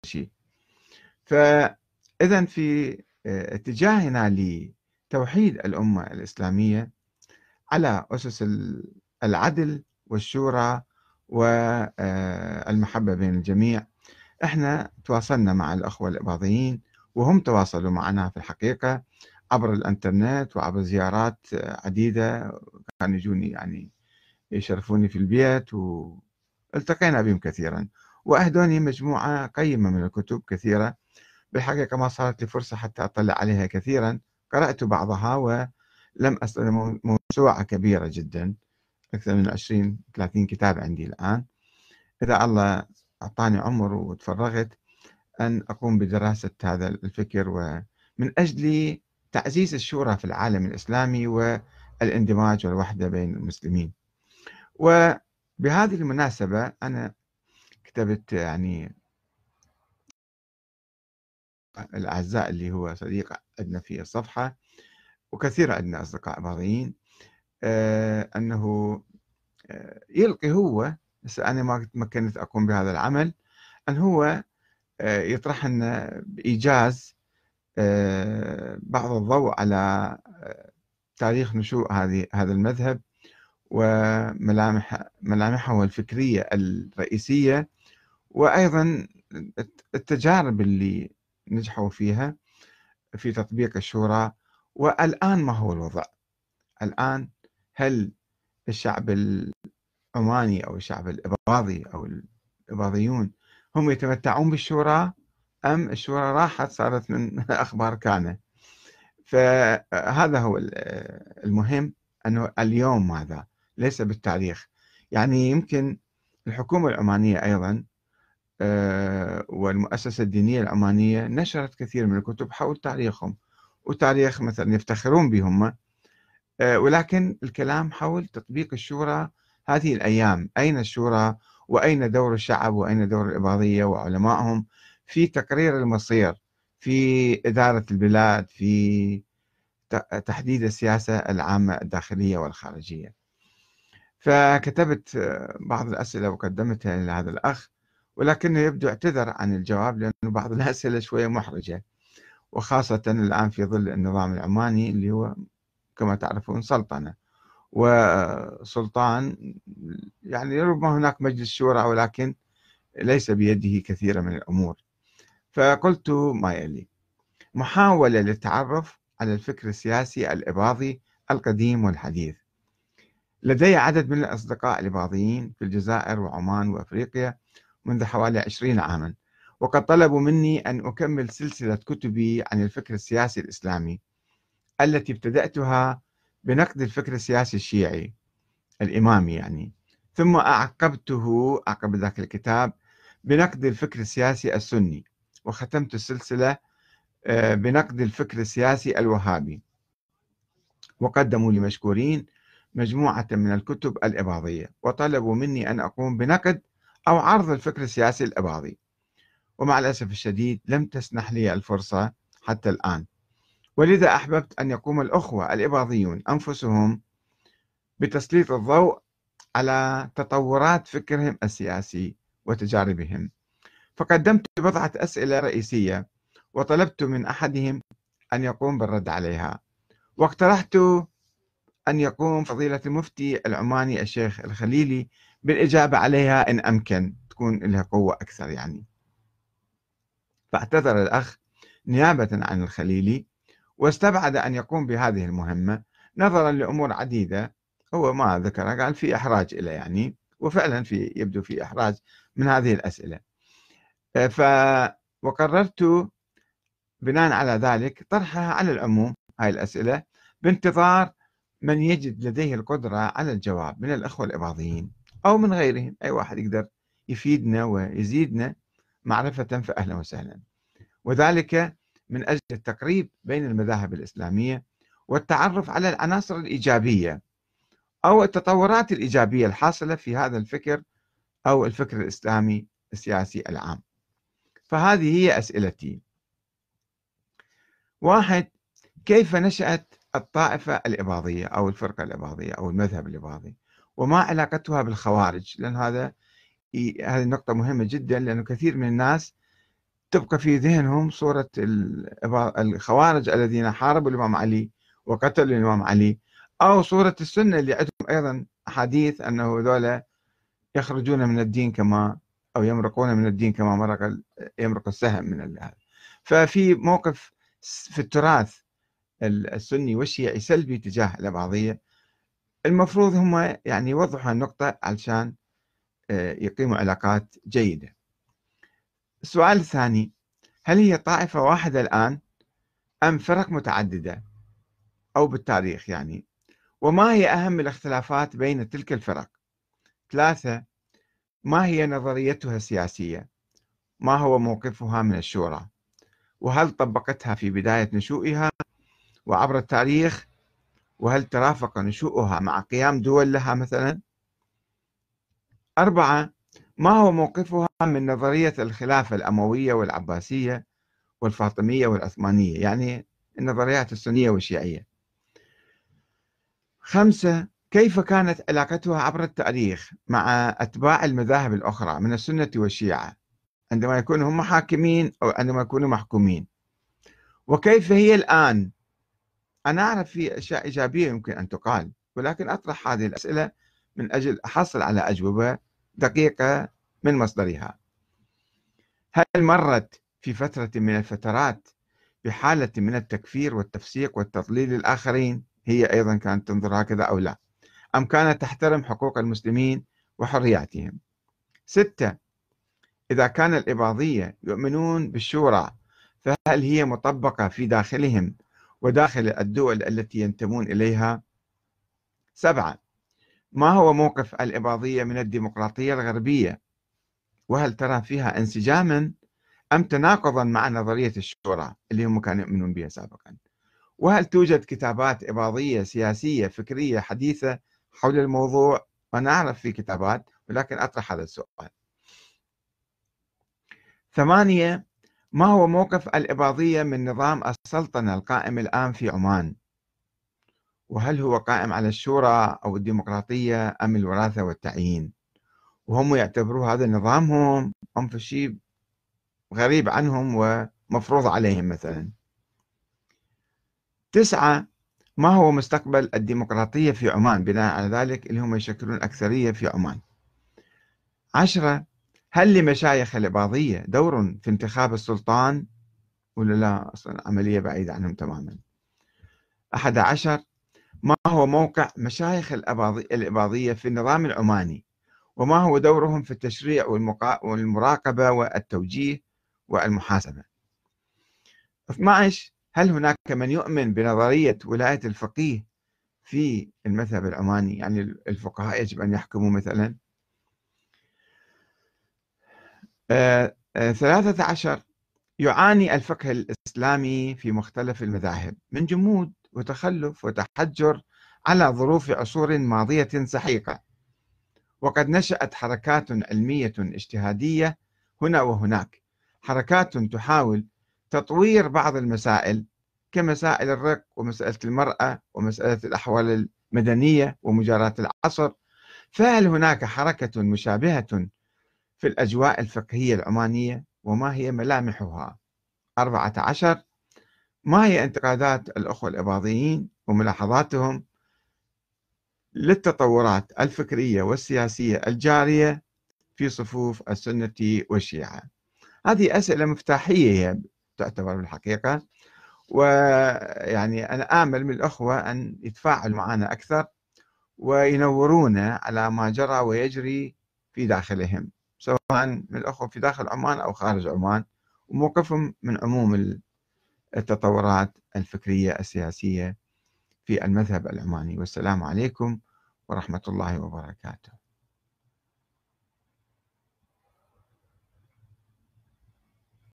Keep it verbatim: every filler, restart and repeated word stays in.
شيء. فإذا في اتجاهنا لتوحيد الأمة الإسلامية على أسس العدل والشورى والمحبة بين الجميع، احنا تواصلنا مع الأخوة الإباضيين وهم تواصلوا معنا في الحقيقة عبر الانترنت وعبر زيارات عديدة، كانوا يجوني يعني يشرفوني في البيت والتقينا بهم كثيرا، وأهدوني مجموعة قيمة من الكتب كثيرة. بالحقيقة ما صارت لي فرصة حتى أطلع عليها كثيرا، قرأت بعضها ولم أصل موسوعة كبيرة جدا، أكثر من عشرين ثلاثين كتاب عندي الآن. إذا الله أعطاني عمر وتفرغت أن أقوم بدراسة هذا الفكر ومن أجل تعزيز الشورى في العالم الإسلامي والاندماج والوحدة بين المسلمين. وبهذه المناسبة أنا كتبت يعني الأعزاء اللي هو صديق عندنا في الصفحة وكثير عندنا أصدقاء إباضيين آه أنه آه يلقي هو، بس أنا ما تمكنت أقوم بهذا العمل، أن هو آه يطرح لنا بإيجاز آه بعض الضوء على آه تاريخ نشوء هذه هذا المذهب وملامح ملامحه الفكرية الرئيسية، وأيضا التجارب اللي نجحوا فيها في تطبيق الشورى. والآن ما هو الوضع الآن؟ هل الشعب العماني أو الشعب الإباضي أو الإباضيون هم يتمتعون بالشورى أم الشورى راحت صارت من أخبار كان؟ فهذا هو المهم، أنه اليوم ماذا ليس بالتاريخ. يعني يمكن الحكومة العمانية أيضا والمؤسسة الدينية العمانية نشرت كثير من الكتب حول تاريخهم وتاريخ مثلا يفتخرون بهم، ولكن الكلام حول تطبيق الشورى هذه الأيام. أين الشورى وأين دور الشعب وأين دور الإباضية وعلمائهم في تقرير المصير، في إدارة البلاد، في تحديد السياسة العامة الداخلية والخارجية. فكتبت بعض الأسئلة وقدمتها لهذا الأخ، ولكنه يبدو اعتذر عن الجواب لأنه بعض الأسئلة شوية محرجة، وخاصة الآن في ظل النظام العماني اللي هو كما تعرفون سلطنة وسلطان، يعني ربما هناك مجلس شورى ولكن ليس بيده كثير من الأمور. فقلت ما يلي: محاولة للتعرف على الفكر السياسي الإباضي القديم والحديث. لدي عدد من الأصدقاء الإباضيين في الجزائر وعمان وأفريقيا منذ حوالي عشرين عاما، وقد طلبوا مني أن أكمل سلسلة كتبي عن الفكر السياسي الإسلامي التي ابتدأتها بنقد الفكر السياسي الشيعي الإمامي يعني، ثم أعقبته عقب ذاك الكتاب بنقد الفكر السياسي السني، وختمت السلسلة بنقد الفكر السياسي الوهابي. وقدموا لي مشكورين مجموعة من الكتب الإباضية، وطلبوا مني أن أقوم بنقد أو عرض الفكر السياسي الإباضي، ومع الأسف الشديد لم تسنح لي الفرصة حتى الآن. ولذا أحببت أن يقوم الأخوة الإباضيون أنفسهم بتسليط الضوء على تطورات فكرهم السياسي وتجاربهم. فقدمت بضعة أسئلة رئيسية وطلبت من أحدهم أن يقوم بالرد عليها، واقترحت أن يقوم فضيلة المفتي العماني الشيخ الخليلي بالإجابة عليها إن أمكن تكون لها قوة أكثر يعني. فاعتذر الأخ نيابة عن الخليلي واستبعد أن يقوم بهذه المهمة نظرا لأمور عديدة هو ما ذكرها، قال في إحراج إليه يعني، وفعلا في يبدو في إحراج من هذه الأسئلة. ف وقررت بناء على ذلك طرحها على العموم هاي الأسئلة بانتظار من يجد لديه القدرة على الجواب من الأخوة الإباضيين أو من غيرهم، أي واحد يقدر يفيدنا ويزيدنا معرفة فأهلا وسهلا، وذلك من أجل التقريب بين المذاهب الإسلامية والتعرف على العناصر الإيجابية أو التطورات الإيجابية الحاصلة في هذا الفكر أو الفكر الإسلامي السياسي العام. فهذه هي أسئلتي. واحد: كيف نشأت الطائفة الإباضية أو الفرقة الإباضية أو المذهب الإباضي، وما علاقتها بالخوارج؟ لأن هذا هذه نقطة مهمة جدا، لأنه كثير من الناس تبقى في ذهنهم صورة الخوارج الذين حاربوا الإمام علي وقتلوا الإمام علي، أو صورة السنة اللي عندهم أيضا أحاديث أنه ذولا يخرجون من الدين كما أو يمرقون من الدين كما مرق يمرق السهم من هذا. ففي موقف في التراث السني والشيعي سلبي تجاه الإباضية، المفروض هم يعني يوضحوا النقطة علشان يقيموا علاقات جيدة. السؤال الثاني: هل هي طائفة واحدة الآن أم فرق متعددة أو بالتاريخ يعني؟ وما هي أهم الاختلافات بين تلك الفرق؟ ثلاثة: ما هي نظريتها السياسية؟ ما هو موقفها من الشورى؟ وهل طبقتها في بداية نشوئها وعبر التاريخ؟ وهل ترافق نشوئها مع قيام دول لها مثلا؟ أربعة: ما هو موقفها من نظرية الخلافة الأموية والعباسية والفاطمية والعثمانية، يعني النظريات السنية والشيعية؟ خمسة: كيف كانت علاقتها عبر التاريخ مع أتباع المذاهب الأخرى من السنة والشيعة عندما يكونوا هم حاكمين أو عندما يكونوا محكومين؟ وكيف هي الآن؟ أنا أعرف في أشياء إيجابية يمكن أن تقال، ولكن أطرح هذه الأسئلة من أجل أحصل على أجوبة دقيقة من مصدرها. هل مرت في فترة من الفترات بحالة من التكفير والتفسيق والتضليل للآخرين؟ هي أيضا كانت تنظر هكذا أو لا؟ أم كانت تحترم حقوق المسلمين وحرياتهم؟ ستة: إذا كان الإباضية يؤمنون بالشورى، فهل هي مطبقة في داخلهم وداخل الدول التي ينتمون إليها؟ سبعة: ما هو موقف الإباضية من الديمقراطية الغربية؟ وهل ترى فيها انسجاما أم تناقضا مع نظرية الشورى اللي هم كانوا يؤمنون بها سابقا؟ وهل توجد كتابات إباضية سياسية فكرية حديثة حول الموضوع؟ وأنا أعرف في كتابات، ولكن أطرح هذا السؤال. ثمانية: ما هو موقف الإباضية من نظام السلطنة القائم الآن في عمان؟ وهل هو قائم على الشورى أو الديمقراطية أم الوراثة والتعيين؟ وهم يعتبروا هذا نظامهم أم في شيء غريب عنهم ومفروض عليهم مثلا؟ تسعة: ما هو مستقبل الديمقراطية في عمان بناء على ذلك اللي هم يشكلون أكثرية في عمان؟ عشرة: هل لمشايخ الإباضية دور في انتخاب السلطان ولا لا؟ أصلا عملية بعيدة عنهم تماما. أحد عشر: ما هو موقع مشايخ الإباضية في النظام العماني؟ وما هو دورهم في التشريع والمراقبة والتوجيه والمحاسبة؟ اثني عشر: هل هناك من يؤمن بنظرية ولاية الفقيه في المذهب العماني، يعني الفقهاء يجب أن يحكموا مثلا؟ آه آه ثلاثة عشر: يعاني الفقه الإسلامي في مختلف المذاهب من جمود وتخلف وتحجر على ظروف عصور ماضية سحيقة، وقد نشأت حركات علمية اجتهادية هنا وهناك، حركات تحاول تطوير بعض المسائل كمسائل الرق ومسألة المرأة ومسألة الأحوال المدنية ومجاراة العصر. فهل هناك حركة مشابهة في الأجواء الفقهية العمانية؟ وما هي ملامحها؟ أربعة عشر: ما هي انتقادات الأخوة الإباضيين وملاحظاتهم للتطورات الفكرية والسياسية الجارية في صفوف السنة والشيعة؟ هذه أسئلة مفتاحية هي تعتبر بالحقيقة، ويعني أنا آمل من الأخوة أن يتفاعلوا معنا أكثر وينورونا على ما جرى ويجري في داخلهم، سواء من الأخوة في داخل عمان أو خارج عمان، وموقفهم من عموم التطورات الفكرية السياسية في المذهب العماني. والسلام عليكم ورحمة الله وبركاته.